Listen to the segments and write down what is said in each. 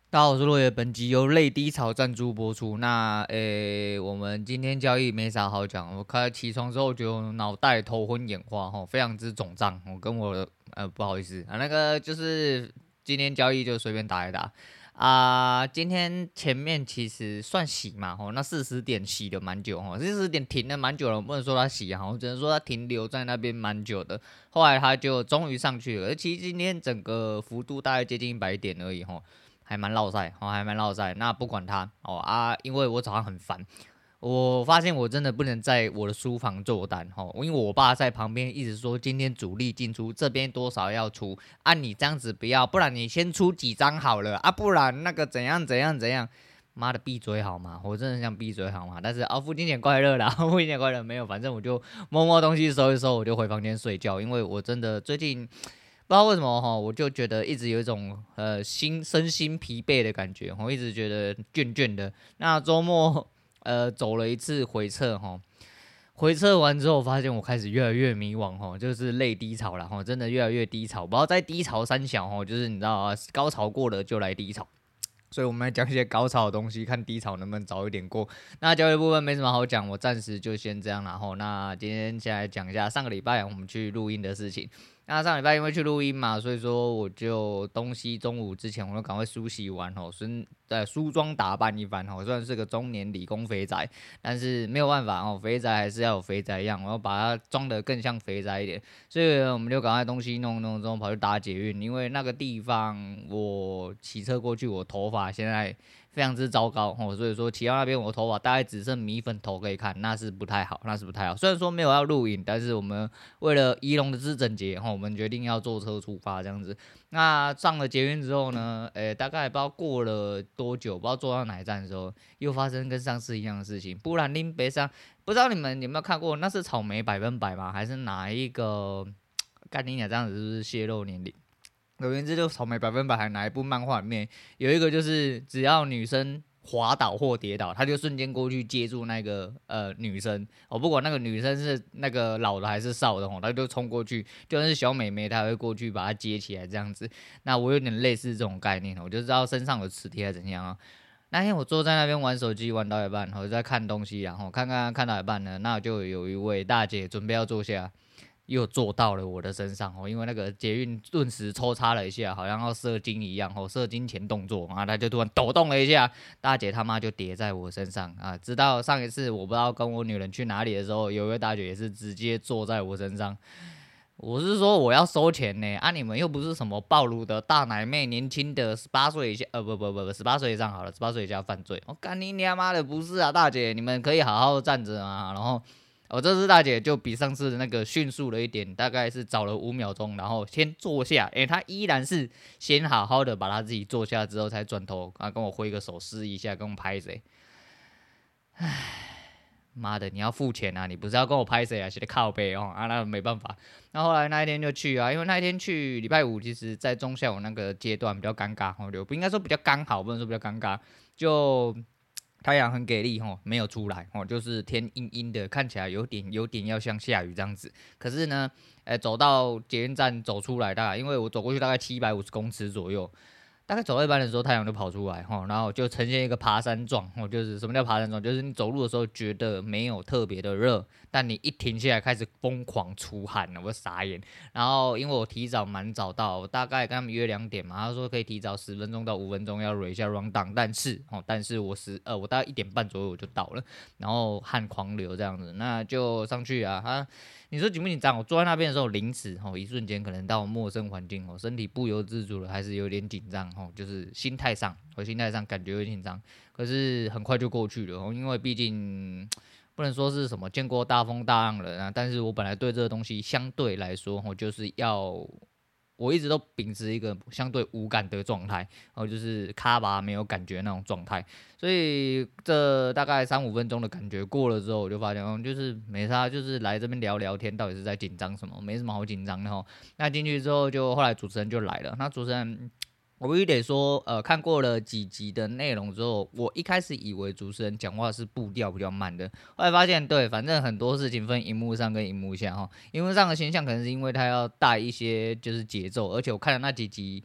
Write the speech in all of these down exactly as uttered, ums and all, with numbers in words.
大家好，我是落叶，本集由泪低潮赞助播出。那诶，我们今天交易没啥好讲。我开起床之后，觉得我脑袋头昏眼花，哈，非常之肿胀。我跟我的呃不好意思啊，那个就是今天交易就随便打一打啊。今天前面其实算洗嘛，吼，那四十点洗的蛮久，吼，四十点停了蛮久了，我不能说它洗啊，我只能说它停留在那边蛮久的。后来它就终于上去了，而其实今天整个幅度大概接近一百点而已，吼。还蛮绕赛，哦，还蛮绕赛。那不管它哦啊，因为我早上很烦，我发现我真的不能在我的书房做单哦，因为我爸在旁边一直说今天主力进出，这边多少要出，啊你这样子不要，不然你先出几张好了啊，不然那个怎样怎样怎样。妈的，闭嘴好吗？我真的想闭嘴好吗？但是啊，父亲节快乐啦！父亲节快乐没有，反正我就摸摸东西收一收，我就回房间睡觉，因为我真的最近。不知道为什么哈，我就觉得一直有一种呃心身心疲惫的感觉，我一直觉得倦倦的。那周末呃走了一次回撤哈，回撤完之后发现我开始越来越迷惘哈，就是泪低潮了哈，真的越来越低潮。不知道在低潮三小哈，就是你知道啊，高潮过了就来低潮。所以我们来讲一些高潮的东西，看低潮能不能早一点过。那交易部分没什么好讲，我暂时就先这样。然后，那今天先来讲一下上个礼拜我们去录音的事情。那上礼拜因为去录音嘛，所以说我就东西中午之前我都赶快梳洗完吼，顺呃梳妆打扮一番吼。虽然是个中年理工肥宅，但是没有办法哦，肥宅还是要有肥宅样，我要把它装得更像肥宅一点。所以我们就赶快东西弄弄之后跑去搭捷运，因为那个地方我骑车过去，我头发现在非常之糟糕哦，所以说骑到那边我头发大概只剩米粉头可以看，那是不太好，那是不太好。虽然说没有要录影，但是我们为了仪容的之整洁哈，我们决定要坐车出发这样子。那上了捷运之后呢，诶，大概不知道过了多久，不知道坐到哪一站的时候，又发生跟上次一样的事情。不然林北上，不知道你们有没有看过，那是草莓百分百吗？还是哪一个？干你娘，这样子是不是泄露年龄？有言之，就草莓百分百还哪一部漫画里面有一个，就是只要女生滑倒或跌倒，他就瞬间过去接住那个呃女生，哦，不管那个女生是那个老的还是少的哦，他就冲过去，就算是小美眉，他会过去把她接起来这样子。那我有点类似这种概念，我就知道身上有磁铁还是怎样啊。那天我坐在那边玩手机，玩到一半，我就在看东西，然后看看看到一半呢，那就有一位大姐准备要坐下。又坐到了我的身上哦，因为那个捷运顿时抽插了一下，好像要射精一样哦，射精前动作啊，他就突然抖动了一下，大姐他妈就叠在我身上啊！直到上一次我不知道跟我女人去哪里的时候，有一位大姐也是直接坐在我身上。我是说我要收钱呢，啊你们又不是什么暴露的大奶妹，年轻的十八岁以下，呃不不不不十八岁以上好了，十八岁以下犯罪。我、哦、干你娘妈的不是啊，大姐你们可以好好站着啊，然后。哦，这次大姐就比上次的那个迅速了一点，大概是早了五秒钟，然后先坐下，诶，她依然是先好好的把她自己坐下之后，才转头啊跟我挥个手示意一下，跟我拍谁？唉，妈的，你要付钱啊，你不是要跟我拍谁啊？写的靠背哦，啊，那没办法。那后来那一天就去啊，因为那一天去礼拜五，其实在中下午那个阶段比较尴尬，哦，就不应该说比较刚好，不能说比较尴尬，就。太阳很给力吼，没有出来吼，就是天阴阴的，看起来有点有点要像下雨这样子。可是呢，呃，走到捷运站走出来，大概因为我走过去大概七百五十公尺左右，大概走到一半的时候，太阳就跑出来吼，然后就呈现一个爬山状吼，就是什么叫爬山状？就是你走路的时候觉得没有特别的热，但你一停下来开始疯狂出汗了，我傻眼。然后因为我提早蛮早到，我大概跟他们约两点嘛，他说可以提早十分钟到五分钟要 r 一下 round down， 但是哦，但是我十呃我大概一点半左右我就到了，然后汗狂流这样子，那就上去啊，他你说紧不紧张？我坐在那边的时候，临时哦一瞬间可能到陌生环境哦，身体不由自主的还是有点紧张哦，就是心态上，我心态上感觉有点紧张，可是很快就过去了哦，因为毕竟。不能说是什么见过大风大浪人啊，但是我本来对这个东西相对来说，我就是要，我一直都秉持一个相对无感的状态，然后就是卡吧没有感觉那种状态，所以这大概三五分钟的感觉过了之后，我就发现，嗯，就是没啥，就是来这边聊聊天，到底是在紧张什么？没什么好紧张的哈。那进去之后就，后来主持人就来了，那主持人。我必须得说，呃，看过了几集的内容之后，我一开始以为主持人讲话是步调比较慢的，后来发现，对，反正很多事情分荧幕上跟荧幕下哈，荧幕上的现象可能是因为他要带一些就是节奏，而且我看的那几集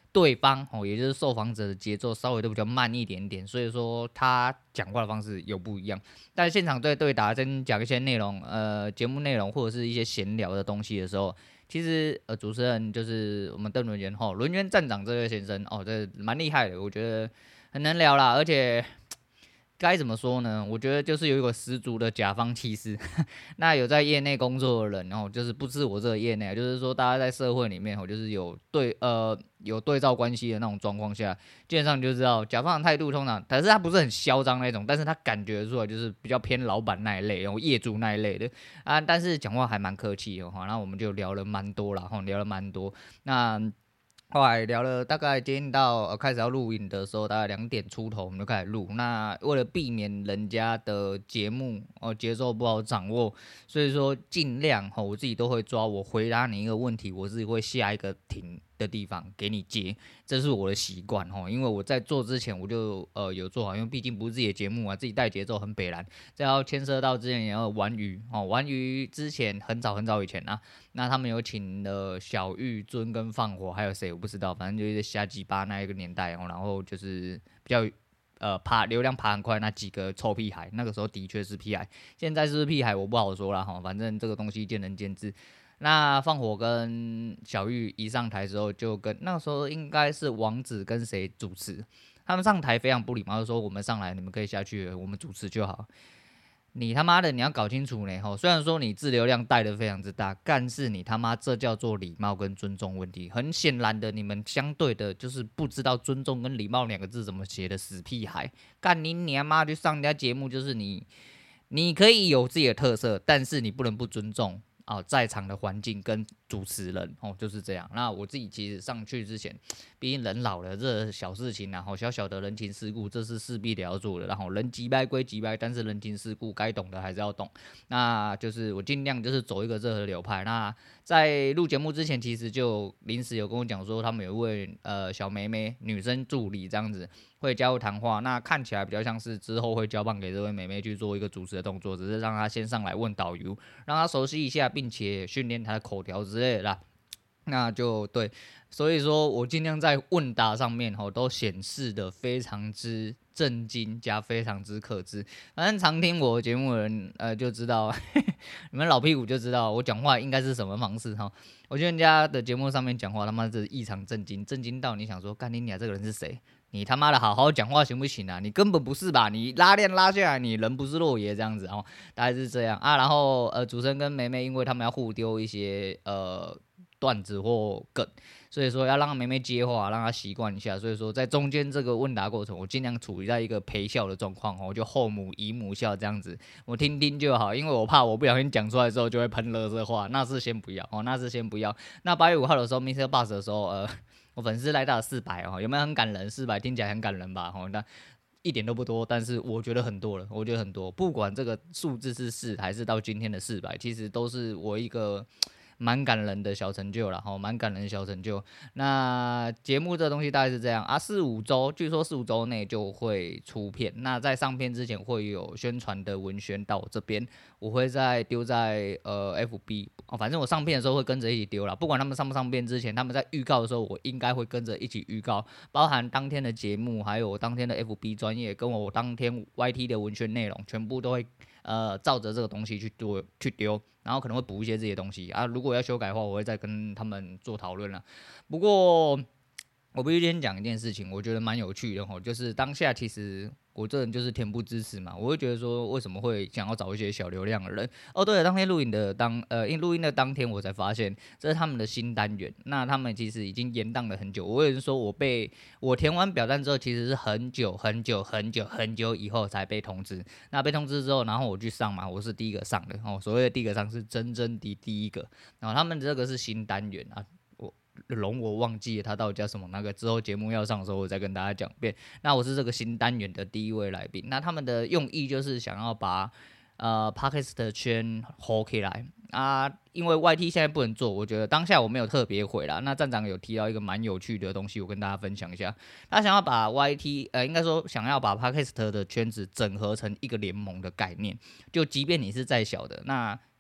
对方哦，也就是受访者的节奏稍微都比较慢一点点，所以说他讲话的方式有不一样。但现场对对答跟讲一些内容，呃，节目内容或者是一些闲聊的东西的时候，其实呃，主持人就是我们邓伦元吼，伦元站长这位先生哦，这蛮厉害的，我觉得很能聊啦，而且。该怎么说呢？我觉得就是有一个十足的甲方气势。那有在业内工作的人，然后就是不是我这个业内，就是说大家在社会里面，我就是有对呃有对照关系的那种状况下，基本上就知道甲方的态度通常，但是他不是很嚣张那种，但是他感觉出来就是比较偏老板那一类，然后业主那一类的啊，但是讲话还蛮客气的哈。然后我们就聊了蛮多啦，哈，聊了蛮多。那后来聊了大概今天到呃开始要录影的时候，大概两点出头我们就开始录。那为了避免人家的节目哦节奏不好掌握，所以说尽量哈、哦、我自己都会抓我回答你一个问题，我自己会下一个停的地方给你接，这是我的习惯哈。因为我在做之前我就呃有做好，因为毕竟不是自己的节目啊，自己带节奏很北蓝，这要牵涉到之前也要玩鱼哦，玩鱼之前很早很早以前啊。那他们有请了小玉尊跟放火，还有谁我不知道，反正就是瞎鸡巴那一个年代哦，然后就是比较呃爬流量爬很快那几个臭屁孩，那个时候的确是屁孩，现在是不是屁孩我不好说啦哈，反正这个东西见仁见智。那放火跟小玉一上台之后，就跟那个时候应该是王子跟谁主持，他们上台非常不礼貌，就说我们上来你们可以下去了，我们主持就好。你他妈的，你要搞清楚呢！吼，虽然说你自流量带的非常之大，但是你他妈这叫做礼貌跟尊重问题。很显然的，你们相对的就是不知道尊重跟礼貌两个字怎么写的死屁孩。干你你他妈去上人家节目，就是你，你可以有自己的特色，但是你不能不尊重。哦，在场的环境跟主持人哦就是这样。那我自己其实上去之前，毕竟人老了，这小事情然后小小的人情世故，这是势必得要做的。然后人急掰归急掰，但是人情世故该懂的还是要懂。那就是我尽量就是走一个热河流派。那在录节目之前，其实就临时有跟我讲说，他们有一位呃小妹妹女生助理这样子。会加入谈话，那看起来比较像是之后会交棒给这位妹妹去做一个主持的动作，只是让她先上来问导游，让她熟悉一下，并且训练她的口条之类的啦。那就对，所以说我尽量在问答上面吼都显示的非常之震惊加非常之克制。反正常听我节目的人呃就知道，你们老屁股就知道我讲话应该是什么方式哈。我觉得人家的节目上面讲话他妈是异常震惊，震惊到你想说干你娘这个人是谁？你他妈的好好讲话行不行啊？你根本不是吧？你拉链拉下来，你人不是洛爷这样子哦，大概是这样啊。然后呃，主持人跟梅梅，因为他们要互丢一些呃段子或梗，所以说要让梅梅接话，让她习惯一下。所以说在中间这个问答过程，我尽量处于在一个陪笑的状况哦，就后母姨母笑这样子，我听听就好，因为我怕我不小心讲出来之后就会喷垃圾话，那是先不要哦，那是先不要。那八月五号的时候，Mister Bus 的时候，呃。我粉丝来到了四百哦，有没有很感人？四百听起来很感人吧？哦，那一点都不多，但是我觉得很多了，我觉得很多。不管这个数字是四还是到今天的四百，其实都是我一个蛮感人的小成就啦，吼，蛮感人的小成就。那节目这东西大概是这样啊，四五周，据说四五周内就会出片。那在上片之前会有宣传的文宣到我这边，我会再丢在呃 F B 哦，反正我上片的时候会跟着一起丢啦。不管他们上不上片之前，他们在预告的时候，我应该会跟着一起预告，包含当天的节目，还有我当天的 F B 专业，跟我当天 Y T 的文宣内容，全部都会。呃，照着这个东西去丢去丢，然后可能会补一些这些东西啊。如果要修改的话，我会再跟他们做讨论了。不过，我必须先讲一件事情，我觉得蛮有趣的吼，就是当下其实我这人就是恬不知耻嘛，我会觉得说为什么会想要找一些小流量的人。哦，对了，当天录影的当呃，因录音的当天我才发现这是他们的新单元，那他们其实已经延宕了很久。我也是说我被我填完表单之后，其实是很久很久很久很久以后才被通知。那被通知之后，然后我去上嘛，我是第一个上的哦，所谓的第一个上是真真的第一个。然后他们这个是新单元啊。龙我忘记了他到底叫什么，那个之后节目要上的时候我再跟大家讲遍。那我是这个新单元的第一位来宾，那他们的用意就是想要把呃 Podcast 圈 hold 起来啊，因为 Y T 现在不能做，我觉得当下我没有特别回啦。那站长有提到一个蛮有趣的东西，我跟大家分享一下。他想要把 Y T 呃，应该说想要把 Podcast 的圈子整合成一个联盟的概念，就即便你是再小的那。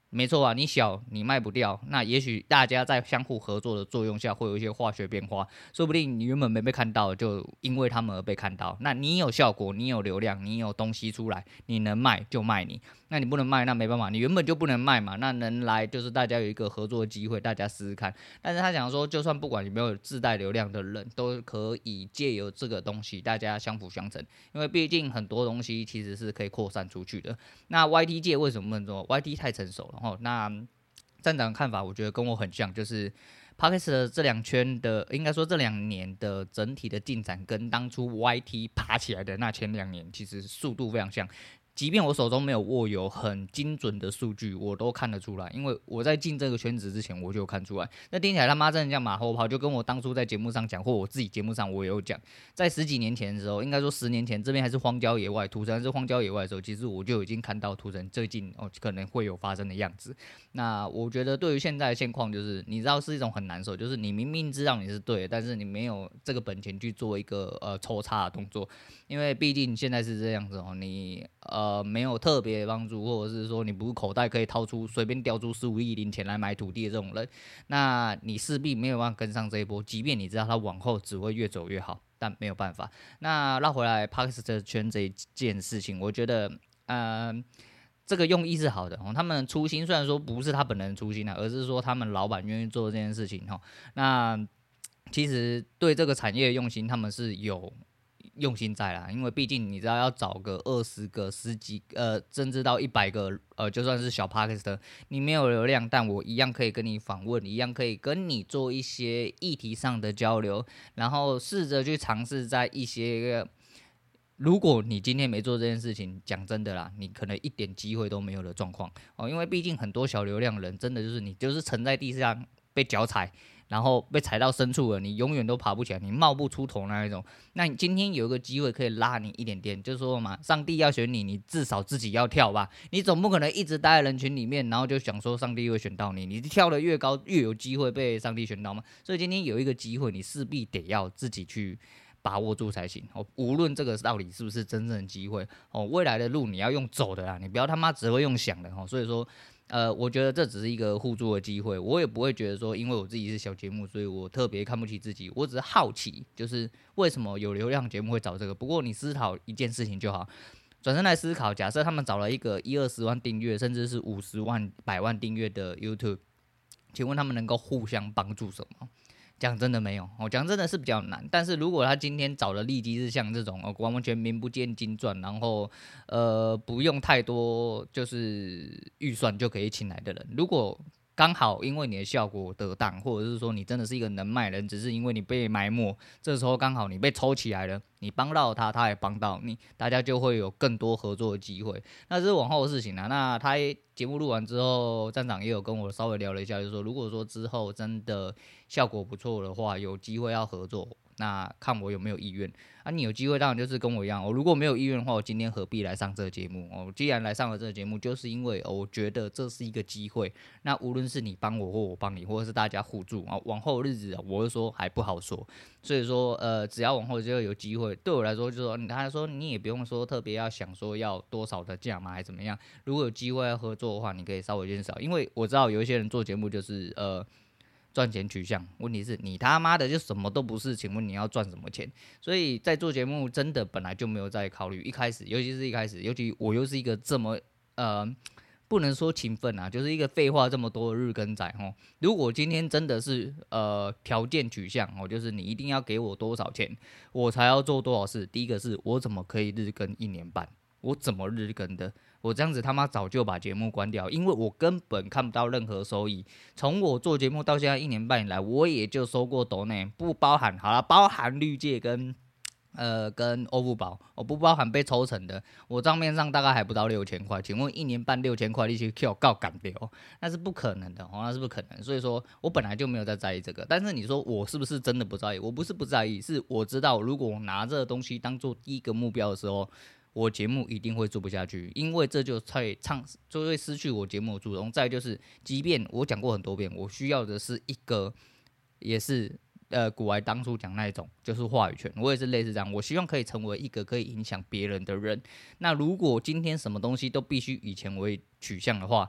没错啊，你小你卖不掉，那也许大家在相互合作的作用下会有一些化学变化，说不定你原本没被看到，就因为他们而被看到。那你有效果，你有流量，你有东西出来，你能卖就卖你，那你不能卖，那没办法，你原本就不能卖嘛。那能来就是大家有一个合作的机会，大家试试看。但是他讲说，就算不管有没有自带流量的人，都可以借由这个东西，大家相辅相成，因为毕竟很多东西其实是可以扩散出去的。那 Y T 界为什么不能做 ？Y T 太成熟了哈。那站长的看法，我觉得跟我很像，就是 Podcast 的这两圈的，应该说这两年的整体的进展，跟当初 Y T 爬起来的那前两年，其实速度非常像。即便我手中没有握有很精准的数据，我都看得出来，因为我在进这个圈子之前我就看出来。那听起来他妈真的像马后炮，就跟我当初在节目上讲，或我自己节目上我也有讲，在十几年前的时候，应该说十年前，这边还是荒郊野外，土城还是荒郊野外的时候，其实我就已经看到土城最近哦可能会有发生的样子。那我觉得对于现在的现况，就是你知道是一种很难受，就是你明明知道你是对的，但是你没有这个本钱去做一个呃抽插的动作，因为毕竟现在是这样子哦，你呃没有特别的帮助，或者是说你不是口袋可以掏出随便调出十五亿零钱来买土地的这种人，那你势必没有办法跟上这一波，即便你知道它往后只会越走越好，但没有办法。那绕回来 Podcast 圈这一件事情，我觉得呃。这个用意是好的哦，他们初心虽然说不是他本人初心啊，而是说他们老板愿意做这件事情哈。那其实对这个产业的用心，他们是有用心在啦，因为毕竟你知道要找个二十个、十几呃，甚至到一百个呃，就算是小 podcast，你没有流量，但我一样可以跟你访问，一样可以跟你做一些议题上的交流，然后试着去尝试在一些。如果你今天没做这件事情，讲真的啦，你可能一点机会都没有的状况哦，因为毕竟很多小流量人真的就是你就是沉在地上被脚踩，然后被踩到深处了，你永远都爬不起来，你冒不出头那一种。那你今天有一个机会可以拉你一点点，就是说嘛，上帝要选你，你至少自己要跳吧，你总不可能一直待在人群里面，然后就想说上帝会选到你，你跳得越高，越有机会被上帝选到嘛。所以今天有一个机会，你势必得要自己去。把握住才行哦，无论这个到底是不是真正的机会哦，未来的路你要用走的啦，你不要他妈只会用想的哦。所以说，呃，我觉得这只是一个互助的机会，我也不会觉得说，因为我自己是小节目，所以我特别看不起自己，我只是好奇，就是为什么有流量节目会找这个。不过你思考一件事情就好，转身来思考，假设他们找了一个一二十万订阅，甚至是五十万、百万订阅的 YouTube， 请问他们能够互相帮助什么？讲真的没有，我、哦、讲真的是比较难。但是如果他今天找的利基是像这种哦，完完全名不见经传，然后呃不用太多就是预算就可以请来的人，如果刚好因为你的效果得当，或者是说你真的是一个能卖人，只是因为你被埋没，这时候刚好你被抽起来了，你帮到他，他也帮到你，大家就会有更多合作的机会。那这是往后的事情啦。那他节目录完之后，站长也有跟我稍微聊了一下，就是说如果说之后真的效果不错的话，有机会要合作，那看我有没有意愿啊？你有机会当然就是跟我一样，我、哦、如果没有意愿的话，我今天何必来上这个节目？哦，既然来上了这个节目，就是因为、哦、我觉得这是一个机会。那无论是你帮我或我帮你，或者是大家互助啊，往后日子我是说还不好说。所以说呃，只要往后就有机会，对我来说就是说，你刚才说你也不用说特别要想说要多少的价嘛，还是怎么样？如果有机会要合作的话，你可以稍微减少，因为我知道有一些人做节目就是呃。赚钱取向，问题是你他妈的就什么都不是，请问你要赚什么钱？所以在做节目真的本来就没有在考虑，一开始，尤其是一开始，尤其我又是一个这么呃，不能说勤奋啊，就是一个废话这么多的日更仔吼。如果今天真的是呃条件取向哦，就是你一定要给我多少钱，我才要做多少事。第一个是我怎么可以日更一年半？我怎么日更的？我这样子他妈早就把节目关掉，因为我根本看不到任何收益。从我做节目到现在一年半以来，我也就收过抖内，不包含好了，包含绿界跟呃跟欧付宝，我不包含被抽成的，我账面上大概还不到六千块。请问一年半六千块，你去 Q 告赶掉，那是不可能的哦，那是不可能。所以说我本来就没有在在意这个，但是你说我是不是真的不在意？我不是不在意，是我知道如果我拿这个东西当做第一个目标的时候。我节目一定会做不下去，因为这就会唱就会失去我节目的初衷。再就是，即便我讲过很多遍，我需要的是一个，也是呃古玩当初讲那一种，就是话语权。我也是类似这样，我希望可以成为一个可以影响别人的人。那如果今天什么东西都必须以钱为取向的话，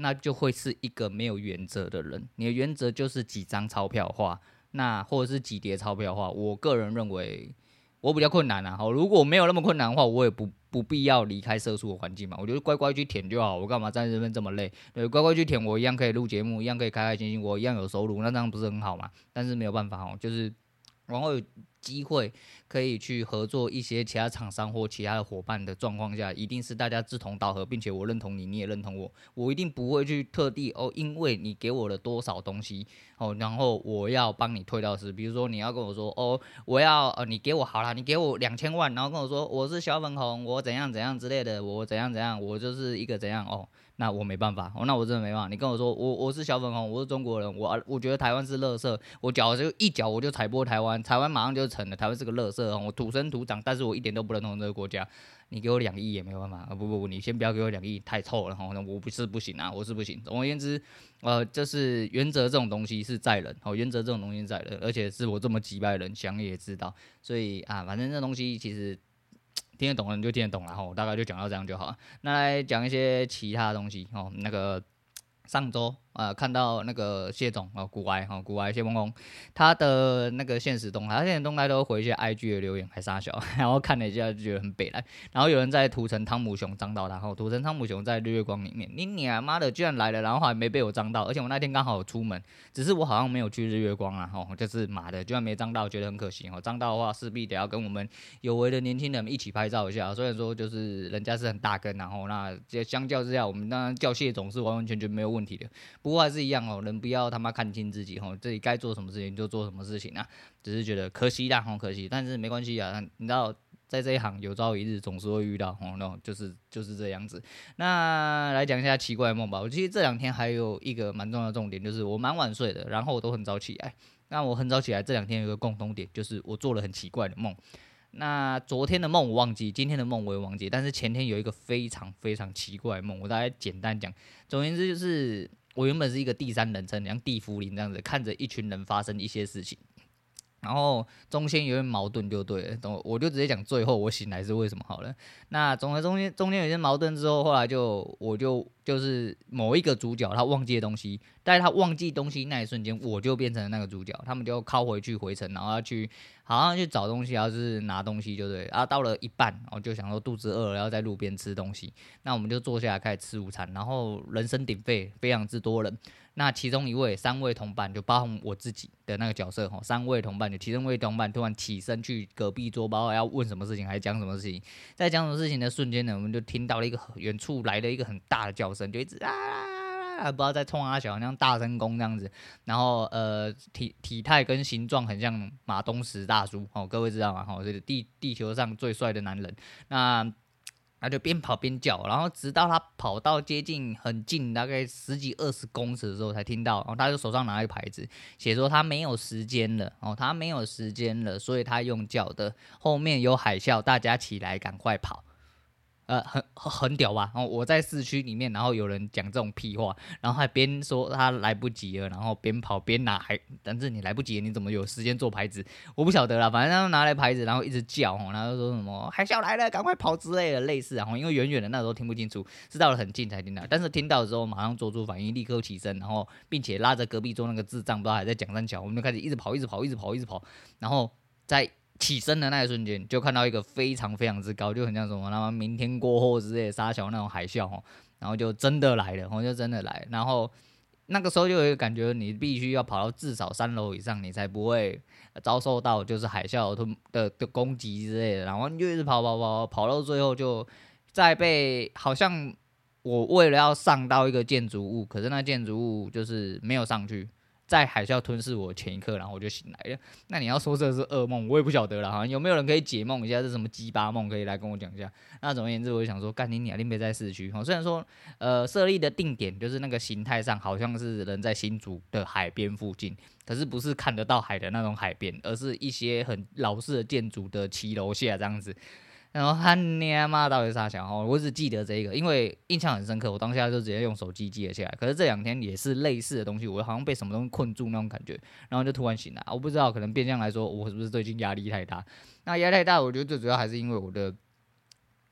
那就会是一个没有原则的人。你的原则就是几张钞票花，那或者是几叠钞票的话，我个人认为我比较困难啊。好，如果没有那么困难的话，我也不不必要离开社畜的环境嘛。我就乖乖去填就好，我干嘛在这边这么累？对，乖乖去填，我一样可以录节目，一样可以开开心心，我一样有收入，那这样不是很好吗？但是没有办法哦，就是往后有机会可以去合作一些其他厂商或其他的伙伴的状况下，一定是大家志同道合，并且我认同你，你也认同我，我一定不会去特地哦，因为你给我了多少东西哦，然后我要帮你退到是，比如说你要跟我说哦，我要呃你给我好啦，你给我两千万，然后跟我说我是小粉红，我怎样怎样之类的，我怎样怎样，我就是一个怎样哦。那我没办法，哦，那我真的没办法。你跟我说，我我是小粉红，我是中国人，我我觉得台湾是垃圾，我脚就一脚我就踩破台湾，台湾马上就成了，台湾是个垃圾，我土生土长，但是我一点都不认同这个国家。你给我两亿也没办法，啊、不不不，你先不要给我两亿，太臭了哈，我不是不行啊，我是不行。总而言之，呃，就是原则这种东西是在人，哦，原则这种东西是在人，而且是我这么几百人想也知道，所以啊，反正这东西其实。听得懂的人就听得懂了哈，我大概就讲到这样就好了。那来讲一些其他的东西哦，那个上周呃看到那个谢总哦，古埃哦，古埃谢梦工，他的那个现实动态，他现实动态都回一些 I G 的留言，还傻小，然后看了一下就觉得很北来。然后有人在涂成汤姆熊脏到他，后涂成汤姆熊在日月光里面，你你妈的居然来了，然后还没被我脏到，而且我那天刚好有出门，只是我好像没有去日月光啊，哦，就是妈的居然没脏到，觉得很可惜哦，脏到的话势必得要跟我们有为的年轻人一起拍照一下，虽然说就是人家是很大根，然后那相较之下，我们当然叫谢总是完完全全没有问题的。不过还是一样哦，人不要他妈看清自己哦，自己该做什么事情就做什么事情啊。只是觉得可惜啦，吼可惜，但是没关系啊，你知道。在这一行有朝一日总是会遇到，哦，那就是就是这样子。那来讲一下奇怪的梦吧。我其实这两天还有一个蛮重要的重点，就是我蛮晚睡的，然后我都很早起来。那我很早起来，这两天有一个共同点，就是我做了很奇怪的梦。那昨天的梦我忘记，今天的梦我也忘记，但是前天有一个非常非常奇怪的梦，我大概简单讲。总而言之，就是我原本是一个第三人称，像地茯苓这样子，看着一群人发生一些事情。然后中间有点矛盾就对了，懂？我就直接讲最后我醒来是为什么好了。那总而中间中间有些矛盾之后，后来就我就就是某一个主角他忘记的东西，但是他忘记东西那一瞬间，我就变成了那个主角，他们就靠回去回城，然后要去好像去找东西，然后就是拿东西就对了。然后到了一半，我就想说肚子饿了，要在路边吃东西，那我们就坐下来开始吃午餐，然后人声鼎沸，非常之多人。那其中一位三位同伴就包含我自己的那个角色哈，三位同伴就其中一位同伴突然起身去隔壁桌，不知道要问什么事情，还讲什么事情。在讲什么事情的瞬间呢，我们就听到了一个远处来的一个很大的叫声，就一直啊，不知道在冲阿小，像大声公这样子。然后呃体体态跟形状很像马东石大叔哦，各位知道吗？哦，这个地地球上最帅的男人。那他就边跑边叫，然后直到他跑到接近很近，大概十几二十公尺的时候才听到，然后他就手上拿一个牌子，写说他没有时间了，哦，他没有时间了，所以他用叫的，后面有海啸，大家起来赶快跑。呃，很很屌吧？然后我在市区里面，然后有人讲这种屁话，然后还边说他来不及了，然后边跑边拿，还但是你来不及了，你怎么有时间做牌子？我不晓得啦，反正他们拿来牌子，然后一直叫，然后说什么海啸来了，赶快跑之类的，类似，然后因为远远的那时候听不清楚，是到了很近才听到，但是听到之后马上做出反应，立刻起身，然后并且拉着隔壁桌那个智障，不知道还在讲三桥，我们就开始一直跑，一直跑，一直跑，一直跑，然后在。起身的那一瞬间，就看到一个非常非常之高，就很像什么，他妈明天过后之类的沙桥那种海啸，然后就真的来了，就真的来，然后那个时候就有一个感觉，你必须要跑到至少三楼以上，你才不会遭受到就是海啸的的攻击之类的，然后你就一直跑跑跑跑到最后，就再被好像我为了要上到一个建筑物，可是那建筑物就是没有上去。在海啸吞噬我前一刻，然后我就醒来了。那你要说这是噩梦，我也不晓得了哈。有没有人可以解梦一下？是什么鸡巴梦？可以来跟我讲一下。那总而言之，我就想说，干你娘，你别在市区。虽然说，呃，设立的定点就是那个形态上好像是人在新竹的海边附近，可是不是看得到海的那种海边，而是一些很老式的建筑的骑楼下这样子。然后他娘妈到底是啥想哦？我只记得这个，因为印象很深刻，我当下就直接用手机记了下来。可是这两天也是类似的东西，我好像被什么东西困住那种感觉，然后就突然醒来。我不知道，可能变相来说，我是不是最近压力太大？那压力太大，我觉得最主要还是因为我的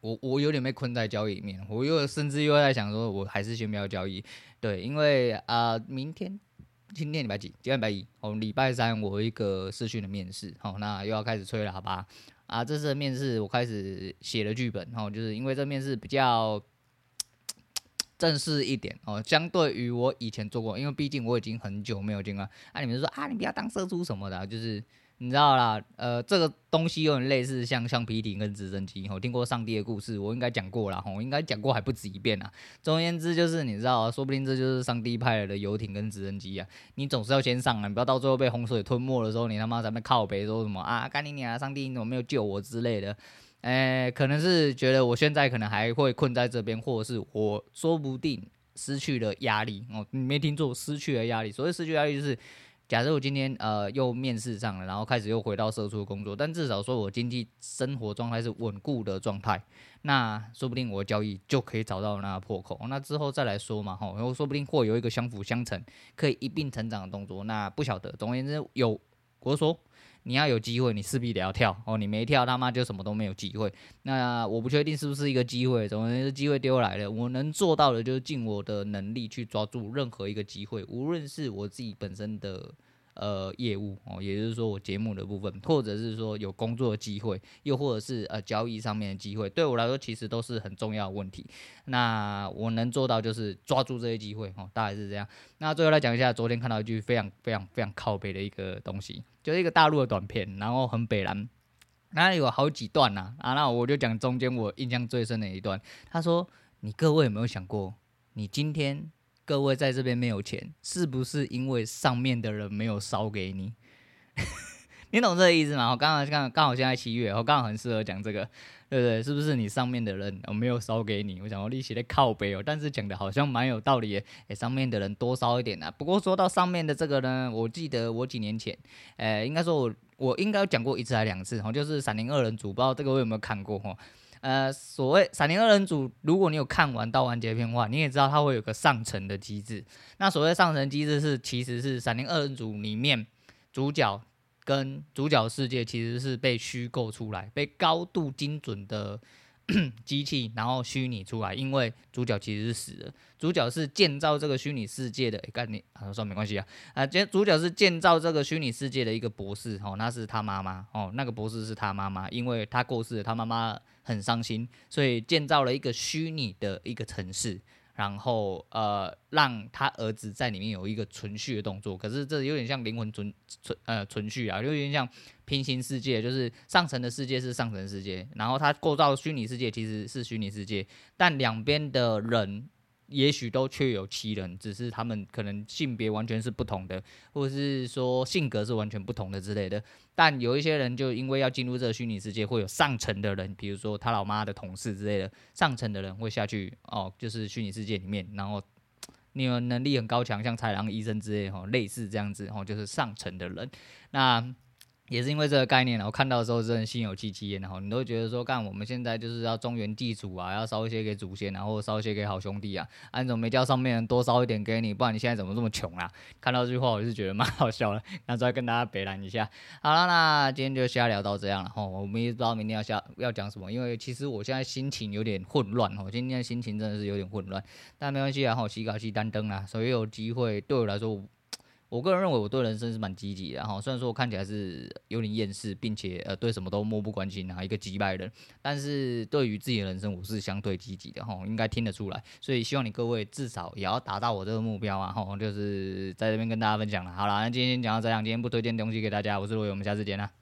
我我有点被困在交易里面，我又甚至又在想说，我还是先不要交易。对，因为啊、呃，明天今天礼拜几？今天礼拜一，哦，礼拜三我有一个视讯的面试，哦，那又要开始吹喇叭啊。这次的面试我开始写了剧本，哦，就是因为这面试比较正式一点哦，相对于我以前做过，因为毕竟我已经很久没有进了。啊，你们说啊，你不要当社畜什么的、啊，就是你知道啦，呃，这个东西有点类似像橡皮艇跟直升机。我听过上帝的故事，我应该讲过啦，我应该讲过还不止一遍啦。总而言之，就是你知道，说不定这就是上帝派来的游艇跟直升机啊。你总是要先上啊，你不要到最后被洪水吞没的时候，你他妈在那边靠北说什么啊，干你娘，上帝你怎么没有救我之类的。诶、欸，可能是觉得我现在可能还会困在这边，或者是我说不定失去了压力哦。你没听错，失去了压力。所谓失去压力，就是假设我今天呃又面试上了，然后开始又回到社畜工作，但至少说我经济生活状态是稳固的状态，那说不定我的交易就可以找到那个破口。那之后再来说嘛，吼，然后说不定会有一个相辅相成，可以一并成长的动作。那不晓得，总而言之有，我说。你要有机会，你势必得要跳哦。你没跳，他妈就什么都没有机会。那我不确定是不是一个机会，总而言之，机会丢来了，我能做到的就是尽我的能力去抓住任何一个机会，无论是我自己本身的呃业务哦，也就是说我节目的部分，或者是说有工作的机会，又或者是呃交易上面的机会，对我来说其实都是很重要的问题。那我能做到就是抓住这些机会哦，大概是这样。那最后来讲一下，昨天看到一句非常非常非常靠北的一个东西。就是一个大陆的短片，然后很北蓝，那有好几段呐、啊，啊，那我就讲中间我印象最深的一段。他说：“你各位有没有想过，你今天各位在这边没有钱，是不是因为上面的人没有烧给你？”你懂这个意思吗？我刚好刚刚好现在七月，我刚好很适合讲这个，对不对？是不是你上面的人我没有烧给你？我想我利息在靠背哦，但是讲的好像蛮有道理的。诶，上面的人多烧一点啊。不过说到上面的这个呢，我记得我几年前，诶，应该说我我应该讲过一次还两次哦，就是闪灵二人组，不知道这个我有没有看过哦。呃，所谓闪灵二人组，如果你有看完到完结篇的话，你也知道它会有个上层的机制。那所谓上层机制是，其实是闪灵二人组里面主角。跟主角世界其实是被虚构出来，被高度精准的机器，然后虚拟出来。因为主角其实是死了，主角是建造这个虚拟世界的。哎、欸，干你啊，算没关系啊。啊，主角是建造这个虚拟世界的一个博士哦，那是他妈妈哦，那个博士是他妈妈，因为他过世了，他妈妈很伤心，所以建造了一个虚拟的一个城市。然后呃，让他儿子在里面有一个存续的动作，可是这有点像灵魂存存呃存续啊，有点像平行世界，就是上层的世界是上层世界，然后他构造虚拟世界其实是虚拟世界，但两边的人也许都确有其人，只是他们可能性别完全是不同的，或者是说性格是完全不同的之类的。但有一些人就因为要进入这个虚拟世界，会有上层的人，比如说他老妈的同事之类的，上层的人会下去哦，就是虚拟世界里面，然后你有能力很高强，像豺狼医生之类哦，类似这样子哦，就是上层的人。那也是因为这个概念，我看到的时候真的心有戚戚焉，然后你都会觉得说，干我们现在就是要中原祭祖啊，要烧一些给祖先，然后烧一些给好兄弟啊，啊你怎么没叫上面人多烧一点给你，不然你现在怎么这么穷啊？看到这句话我是觉得蛮好笑的，那再跟大家北兰一下。好了，那今天就瞎聊到这样了吼，我们也不知道明天要下要讲什么，因为其实我现在心情有点混乱吼，今天的心情真的是有点混乱，但没关系啊，吼，洗稿洗单灯啦，所以有机会对我来说。我个人认为我对人生是蛮积极的哈，虽然说我看起来是有点厌世，并且呃对什么都漠不关心啊，一个击败人，但是对于自己的人生我是相对积极的哈，应该听得出来，所以希望你各位至少也要达到我这个目标啊哈，就是在这边跟大家分享了。好啦，那今天先讲到这样，今天不推荐东西给大家，我是罗伟，我们下次见啦。